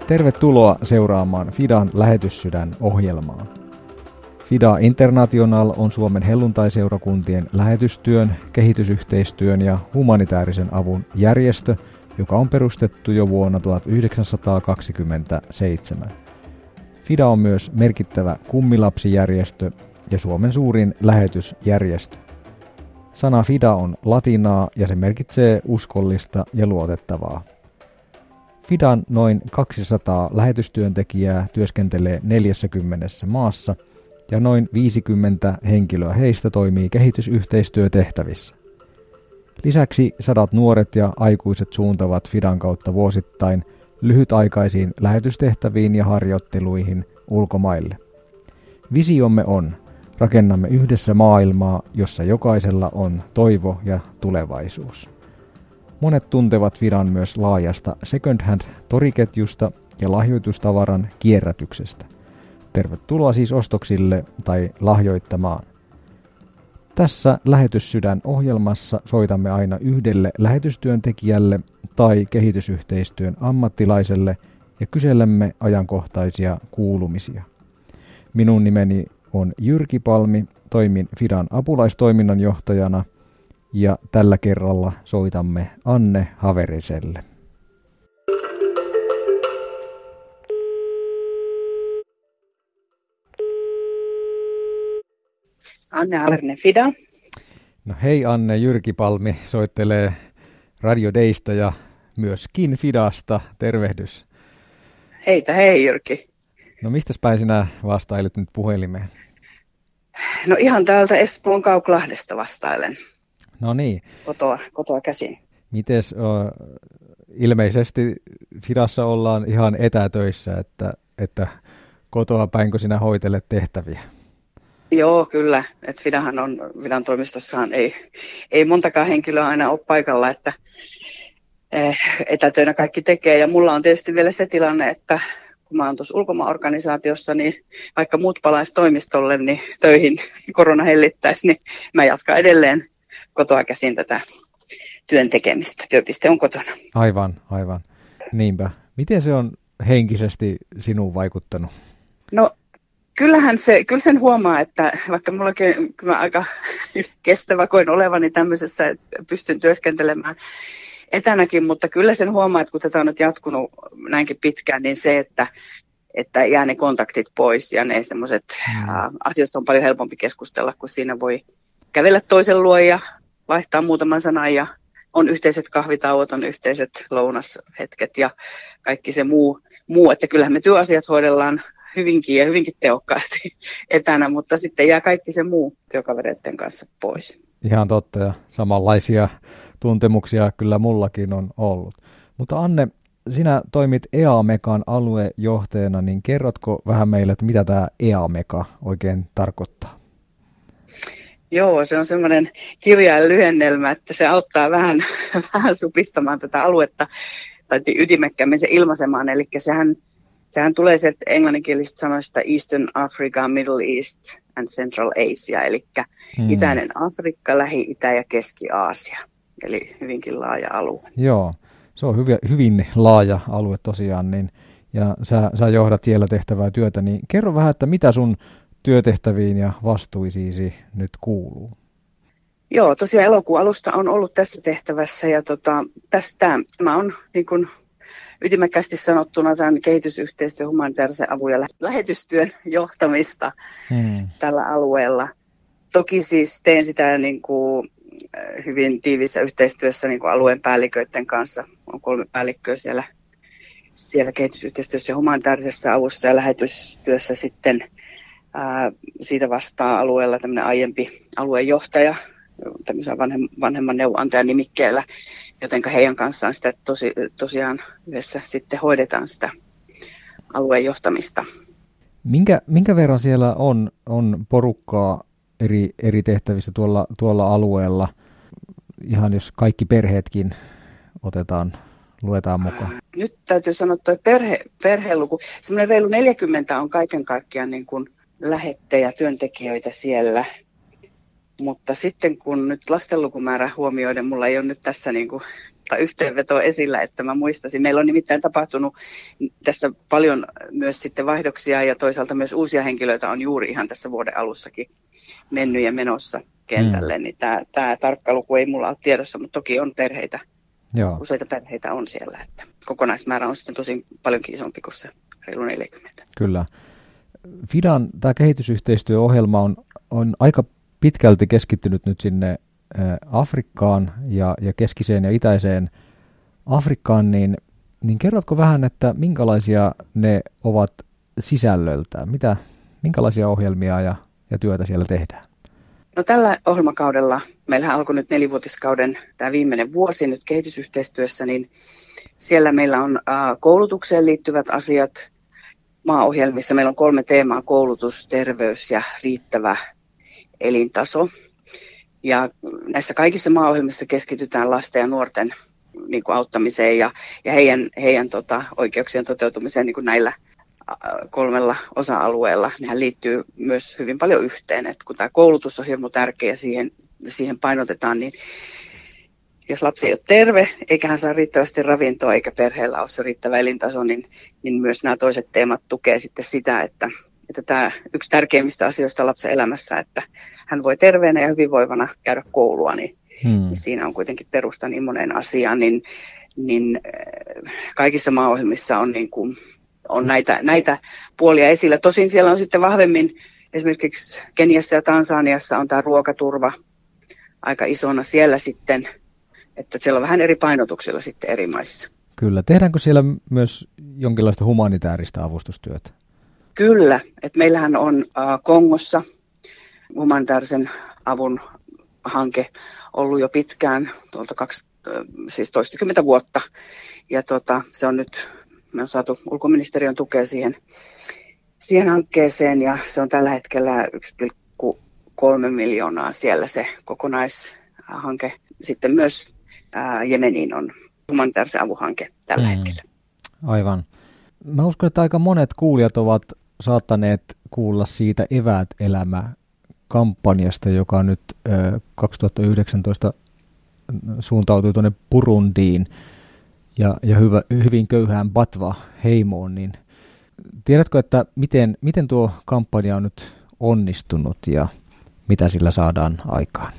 Tervetuloa seuraamaan Fidan Lähetyssydän-ohjelmaa. Fida International on Suomen helluntaiseurakuntien lähetystyön, kehitysyhteistyön ja humanitaarisen avun järjestö, joka on perustettu jo vuonna 1927. Fida on myös merkittävä kummilapsijärjestö ja Suomen suurin lähetysjärjestö. Sana Fida on latinaa ja se merkitsee uskollista ja luotettavaa. Fidan noin 200 lähetystyöntekijää työskentelee 40 maassa ja noin 50 henkilöä heistä toimii kehitysyhteistyötehtävissä. Lisäksi sadat nuoret ja aikuiset suuntavat Fidan kautta vuosittain lyhytaikaisiin lähetystehtäviin ja harjoitteluihin ulkomaille. Visiomme on: rakennamme yhdessä maailmaa, jossa jokaisella on toivo ja tulevaisuus. Monet tuntevat Fidan myös laajasta second-hand-toriketjusta ja lahjoitustavaran kierrätyksestä. Tervetuloa siis ostoksille tai lahjoittamaan. Tässä Lähetyssydän-ohjelmassa soitamme aina yhdelle lähetystyöntekijälle tai kehitysyhteistyön ammattilaiselle ja kyselemme ajankohtaisia kuulumisia. Minun nimeni on Jyrki Palmi, toimin Fidan apulaistoiminnanjohtajana ja tällä kerralla soitamme Anne Haveriselle. Anne Haverinen, Fida. No hei Anne, Jyrki Palmi soittelee Radio Daysta ja myöskin Fidasta. Tervehdys. Heitä hei Jyrki. No mistäs päin sinä vastailet nyt puhelimeen? No ihan täältä Espoon Kauklahdesta vastailen. No niin. Kotoa käsin. Mites ilmeisesti Fidassa ollaan ihan etätöissä, että kotoa päinkö sinä hoitelet tehtäviä? Joo, kyllä. Et Fidan toimistossahan ei montakaan henkilöä aina ole paikalla, että etätöinä kaikki tekee. Ja mulla on tietysti vielä se tilanne, että kun mä oon tuossa ulkomaanaorganisaatiossa, niin vaikka muut palaisi toimistolle, niin töihin korona hellittäisi, niin mä jatkan edelleen kotoa käsin tätä työn tekemistä. Työpiste on kotona. Aivan. Niinpä. Miten se on henkisesti sinuun vaikuttanut? No kyllä sen huomaa, että vaikka mullakin mä aika kestävä koin olevani tämmöisessä, että pystyn työskentelemään etänäkin, mutta kyllä sen huomaa, että kun tätä on nyt jatkunut näinkin pitkään, niin se, että jää ne kontaktit pois ja ne semmoiset asioista on paljon helpompi keskustella, kun siinä voi kävellä toisen luo ja vaihtaa muutaman sanan ja on yhteiset kahvitauot, on yhteiset lounashetket ja kaikki se muu, että kyllähän me työasiat hoidellaan hyvinkin tehokkaasti etänä, mutta sitten jää kaikki se muu työkavereiden kanssa pois. Ihan totta ja samanlaisia tuntemuksia kyllä mullakin on ollut. Mutta Anne, sinä toimit EAMECan aluejohtajana, niin kerrotko vähän meille, että mitä tämä EAMECA oikein tarkoittaa? Joo, se on semmoinen kirjainlyhennelmä, että se auttaa vähän supistamaan tätä aluetta tai ytimekkäämmin se ilmaisemaan, eli sehän tulee sieltä englanninkielisistä sanoista Eastern Africa, Middle East and Central Asia, eli Itäinen Afrikka, Lähi-Itä ja Keski-Aasia, eli hyvinkin laaja alue. Joo, se on hyvin laaja alue tosiaan, niin, ja sä johdat siellä tehtävää työtä, niin kerro vähän, että mitä sun työtehtäviin ja vastuisiisi nyt kuuluu? Joo, tosiaan elokuun alusta on ollut tässä tehtävässä, ja tämä on niin kuin ytimekkäästi sanottuna tämän kehitysyhteistyön, humanitaarisen avun ja lähetystyön johtamista tällä alueella. Toki siis teen sitä niin kuin hyvin tiiviissä yhteistyössä niin kuin alueen päälliköiden kanssa. On 3 päällikköä siellä kehitysyhteistyössä ja humanitaarisessa avussa ja lähetystyössä sitten. Siitä vastaa alueella tämmöinen aiempi aluejohtaja, tämmöisen vanhemman neuvonantajan nimikkeellä, jotenka heidän kanssaan sitä tosiaan yhdessä sitten hoidetaan sitä alueen johtamista. Minkä verran siellä on porukkaa eri tehtävissä tuolla alueella, ihan jos kaikki perheetkin luetaan mukaan? Nyt täytyy sanoa tuo perheluku. Semmoinen reilu 40 on kaiken kaikkiaan niin kuin lähettejä, työntekijöitä siellä. Mutta sitten kun nyt lastenlukumäärä huomioiden, mulla ei ole nyt tässä niin kuin lyhyttä yhteenvetoa esillä, että mä muistasin. Meillä on nimittäin tapahtunut tässä paljon myös sitten vaihdoksia ja toisaalta myös uusia henkilöitä on juuri ihan tässä vuoden alussakin mennyt ja menossa kentälle. Niin tämä tarkka luku ei mulla ole tiedossa, mutta toki on perheitä. Joo. Useita perheitä on siellä, että kokonaismäärä on sitten tosi paljonkin isompi kuin se reilu 40. Kyllä. FIDAn tämä kehitysyhteistyöohjelma on aika pitkälti keskittynyt nyt sinne Afrikkaan ja keskiseen ja itäiseen Afrikkaan, niin kerrotko vähän, että minkälaisia ne ovat sisällöltä? Minkälaisia ohjelmia ja työtä siellä tehdään? No tällä ohjelmakaudella, meillähän alkoi nyt 4-vuotiskauden tämä viimeinen vuosi nyt kehitysyhteistyössä, niin siellä meillä on koulutukseen liittyvät asiat maaohjelmissa. Meillä on 3 teemaa: koulutus, terveys ja riittävä elintaso. Ja näissä kaikissa maaohjelmissa keskitytään lasten ja nuorten niin kuin auttamiseen ja heidän oikeuksien toteutumiseen niin kuin näillä 3 osa-alueella. Nehän liittyy myös hyvin paljon yhteen. Et kun tämä koulutus on hirmu tärkeä ja siihen painotetaan, niin jos lapsi ei ole terve eikä hän saa riittävästi ravintoa eikä perheellä ole se riittävä elintaso, niin myös nämä toiset teemat tukee sitten sitä, että tämä yksi tärkeimmistä asioista lapsen elämässä, että hän voi terveenä ja hyvinvoivana käydä koulua, niin siinä on kuitenkin perusta niin moneen asiaan, niin kaikissa maaohjelmissa on, niin kuin, on näitä puolia esillä. Tosin siellä on sitten vahvemmin, esimerkiksi Keniassa ja Tansaniassa on tämä ruokaturva aika isona siellä sitten, että siellä on vähän eri painotuksilla sitten eri maissa. Kyllä. Tehdäänkö siellä myös jonkinlaista humanitaarista avustustyötä? Kyllä, että meillähän on Kongossa humanitaarisen avun hanke ollut jo pitkään, siis toistakymmentä vuotta. Ja se on nyt, me on saatu ulkoministeriön tukea siihen hankkeeseen ja se on tällä hetkellä 1,3 miljoonaa siellä se kokonaishanke. Sitten myös Jemeniin on humanitaarisen avun hanke tällä hetkellä. Aivan. Mä uskon, että aika monet kuulijat ovat saattaneet kuulla siitä Eväät elämä-kampanjasta, joka nyt 2019 suuntautui tuonne Burundiin ja hyvin köyhään Batva-heimoon. Niin tiedätkö, että miten tuo kampanja on nyt onnistunut ja mitä sillä saadaan aikaan?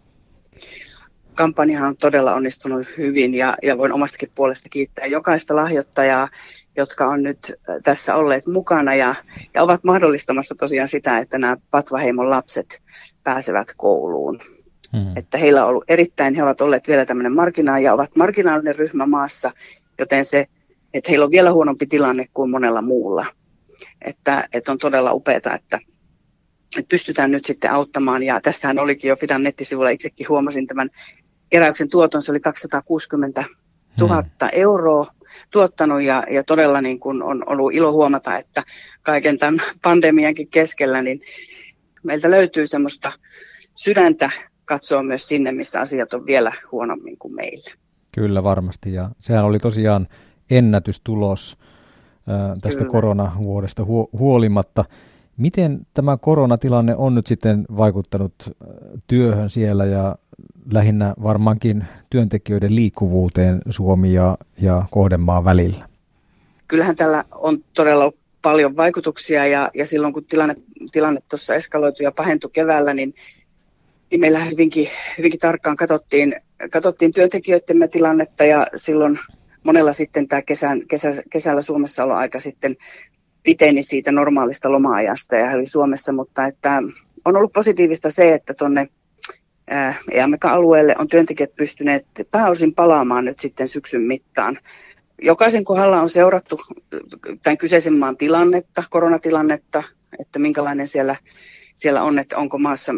Kampanjahan on todella onnistunut hyvin ja voin omastakin puolesta kiittää jokaista lahjoittajaa, jotka on nyt tässä olleet mukana ja ovat mahdollistamassa tosiaan sitä, että nämä Patvaheimon lapset pääsevät kouluun. Että heillä on ollut he ovat olleet vielä tämmöinen ja ovat marginaalinen ryhmä maassa, joten että heillä on vielä huonompi tilanne kuin monella muulla. Että on todella upeaa, että pystytään nyt sitten auttamaan ja tästähän olikin jo FIDAn nettisivulla, itsekin huomasin tämän keräyksen tuoton, se oli 260 000 euroa tuottanut ja todella niin kuin on ollut ilo huomata, että kaiken tämän pandemiankin keskellä niin meiltä löytyy semmoista sydäntä katsoa myös sinne, missä asiat on vielä huonommin kuin meillä. Kyllä varmasti ja sehän oli tosiaan ennätystulos tästä koronavuodesta huolimatta. Miten tämä koronatilanne on nyt sitten vaikuttanut työhön siellä ja lähinnä varmaankin työntekijöiden liikkuvuuteen Suomi ja kohdemaan välillä? Kyllähän tällä on todella paljon vaikutuksia ja silloin kun tilanne tuossa eskaloitui ja pahentui keväällä, niin meillä hyvinkin tarkkaan katsottiin työntekijöidemme tilannetta ja silloin monella sitten tämä kesällä Suomessa aika sitten piteni siitä normaalista loma-ajasta ja he oli Suomessa, mutta että on ollut positiivista se, että tuonne EAMECA-alueelle on työntekijät pystyneet pääosin palaamaan nyt sitten syksyn mittaan. Jokaisen kohdalla on seurattu tämän kyseisen maan koronatilannetta, että minkälainen siellä on, että onko maassa,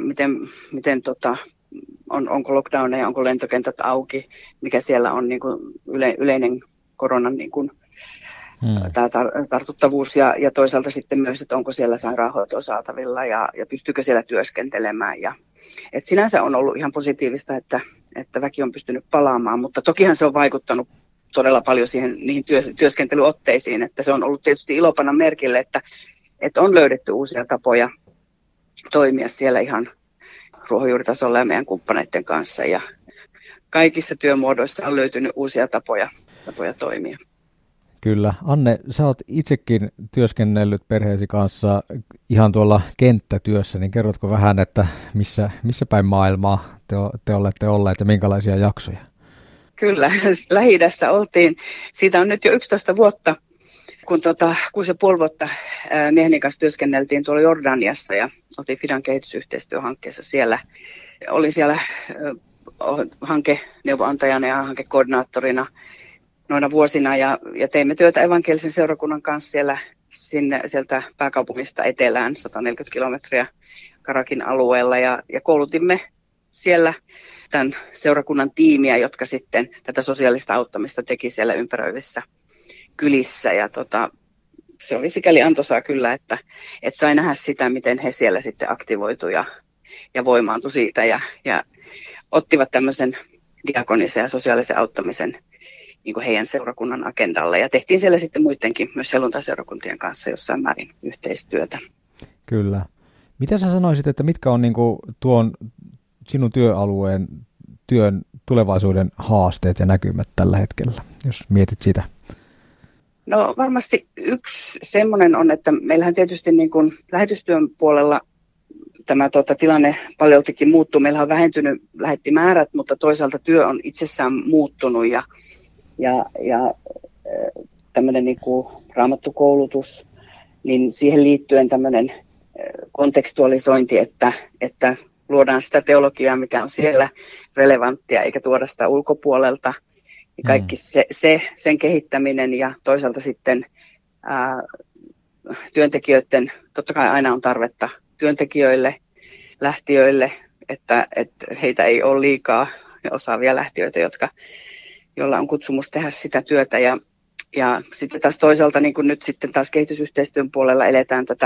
onko lockdowneja, onko lentokentät auki, mikä siellä on niin kuin yleinen koronan niin kuin, tämä tartuttavuus ja toisaalta sitten myös, että onko siellä sairaanhoitoa saatavilla ja pystyykö siellä työskentelemään. Et sinänsä on ollut ihan positiivista, että väki on pystynyt palaamaan, mutta tokihan se on vaikuttanut todella paljon niihin työskentelyotteisiin, että se on ollut tietysti ilopana merkille, että on löydetty uusia tapoja toimia siellä ihan ruohonjuuritasolla ja meidän kumppaneiden kanssa ja kaikissa työmuodoissa on löytynyt uusia tapoja toimia. Kyllä. Anne, sä oot itsekin työskennellyt perheesi kanssa ihan tuolla kenttätyössä, niin kerrotko vähän, että missä päin maailmaa te olette olleet ja minkälaisia jaksoja? Kyllä, Lähi-idässä oltiin. Siitä on nyt jo 11 vuotta, kun 6,5 vuotta mieheni kanssa työskenneltiin tuolla Jordaniassa ja oltiin Fidan kehitysyhteistyöhankkeessa siellä. Olin siellä hankeneuvonantajana ja hankekoordinaattorina noina vuosina ja teimme työtä evankelisen seurakunnan kanssa sieltä pääkaupungista etelään 140 kilometriä Karakin alueella ja koulutimme siellä tämän seurakunnan tiimiä, jotka sitten tätä sosiaalista auttamista teki siellä ympäröivissä kylissä ja se oli sikäli antoisaa kyllä, että sai nähdä sitä, miten he siellä sitten aktivoitui ja voimaantui siitä ja ottivat tämmöisen diakonisen ja sosiaalisen auttamisen niin kuin heidän seurakunnan agendalle. Ja tehtiin siellä sitten muidenkin, myös helluntai-seurakuntien kanssa jossain määrin yhteistyötä. Kyllä. Mitä sä sanoisit, että mitkä on niin kuin tuon sinun työalueen työn tulevaisuuden haasteet ja näkymät tällä hetkellä, jos mietit sitä? No varmasti yksi semmoinen on, että meillähän tietysti niin kuin lähetystyön puolella tämä tilanne paljoltikin muuttuu. Meillä on vähentynyt lähettimäärät, mutta toisaalta työ on itsessään muuttunut ja tämmöinen niin kuin raamattukoulutus, niin siihen liittyen tämmöinen kontekstualisointi, että luodaan sitä teologiaa, mikä on siellä relevanttia, eikä tuoda sitä ulkopuolelta. Ja kaikki sen kehittäminen ja toisaalta sitten työntekijöiden, totta kai aina on tarvetta työntekijöille, lähtiöille, että heitä ei ole liikaa osaavia lähtiöitä, joilla on kutsumus tehdä sitä työtä. Ja sitten taas toisaalta niin kuin nyt sitten taas kehitysyhteistyön puolella eletään tätä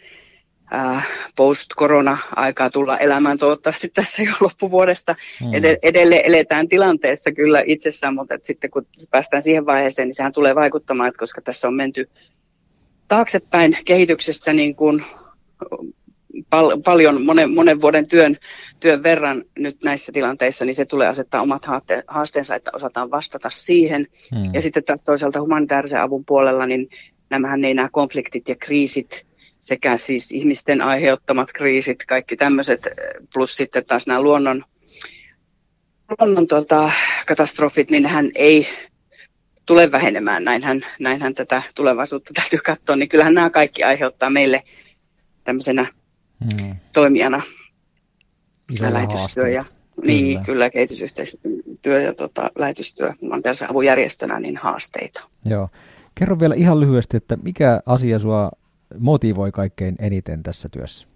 post-korona-aikaa tulla elämään toivottavasti tässä jo loppuvuodesta. Edelleen eletään tilanteessa kyllä itsessään, mutta sitten kun päästään siihen vaiheeseen, niin sehän tulee vaikuttamaan, että koska tässä on menty taaksepäin kehityksessä niin kuin paljon monen vuoden työn verran nyt näissä tilanteissa, niin se tulee asettaa omat haasteensa, että osataan vastata siihen. Ja sitten taas toisaalta humanitaarisen avun puolella, niin nämä konfliktit ja kriisit, sekä siis ihmisten aiheuttamat kriisit, kaikki tämmöiset, plus sitten taas nämä luonnon katastrofit, niin nehän ei tule vähenemään. Näinhän tätä tulevaisuutta täytyy katsoa, niin kyllähän nämä kaikki aiheuttaa meille tämmöisenä toimijana lähetystyö ja kyllä kehitysyhteistyö ja lähetystyö humanitaarisen avun järjestönä niin haasteita. Joo. Kerro vielä ihan lyhyesti, että mikä asia sua motivoi kaikkein eniten tässä työssä?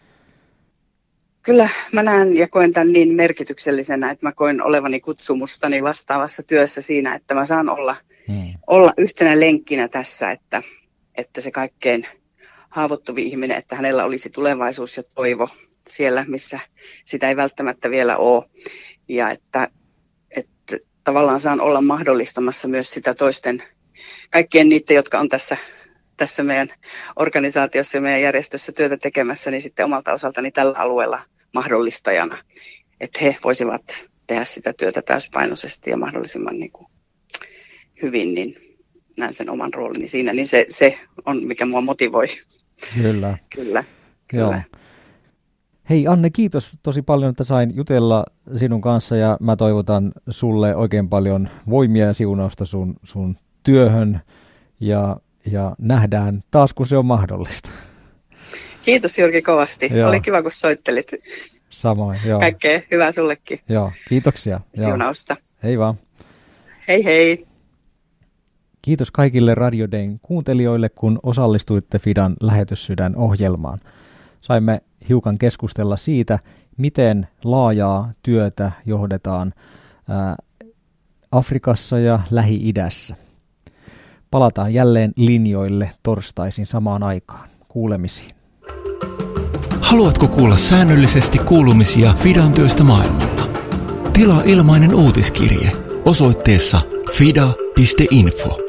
Kyllä mä näen ja koen tämän niin merkityksellisenä, että mä koen olevani kutsumustani vastaavassa työssä siinä, että mä saan olla yhtenä lenkkinä tässä, että se kaikkein haavoittuvin ihminen, että hänellä olisi tulevaisuus ja toivo siellä, missä sitä ei välttämättä vielä ole. Ja että tavallaan saan olla mahdollistamassa myös sitä kaikkien niiden, jotka on tässä meidän organisaatiossa ja meidän järjestössä työtä tekemässä, niin sitten omalta osaltani tällä alueella mahdollistajana, että he voisivat tehdä sitä työtä täyspainoisesti ja mahdollisimman niin kuin hyvin, niin näen sen oman roolini siinä, niin se on, mikä mua motivoi. Kyllä. Joo. Hei Anne, kiitos tosi paljon, että sain jutella sinun kanssa ja mä toivotan sulle oikein paljon voimia ja siunausta sun työhön ja nähdään taas, kun se on mahdollista. Kiitos Jyrki kovasti. Joo. Oli kiva, kun soittelit. Samoin, joo. Kaikkea hyvää sullekin. Joo, kiitoksia. Siunausta. Hei vaan. Hei hei. Kiitos kaikille Radio Dayn kuuntelijoille, kun osallistuitte Fidan Lähetyssydän-ohjelmaan. Saimme hiukan keskustella siitä, miten laajaa työtä johdetaan Afrikassa ja Lähi-idässä. Palataan jälleen linjoille torstaisin samaan aikaan. Kuulemisiin. Haluatko kuulla säännöllisesti kuulumisia Fidan työstä maailmalla? Tilaa ilmainen uutiskirje osoitteessa fida.info.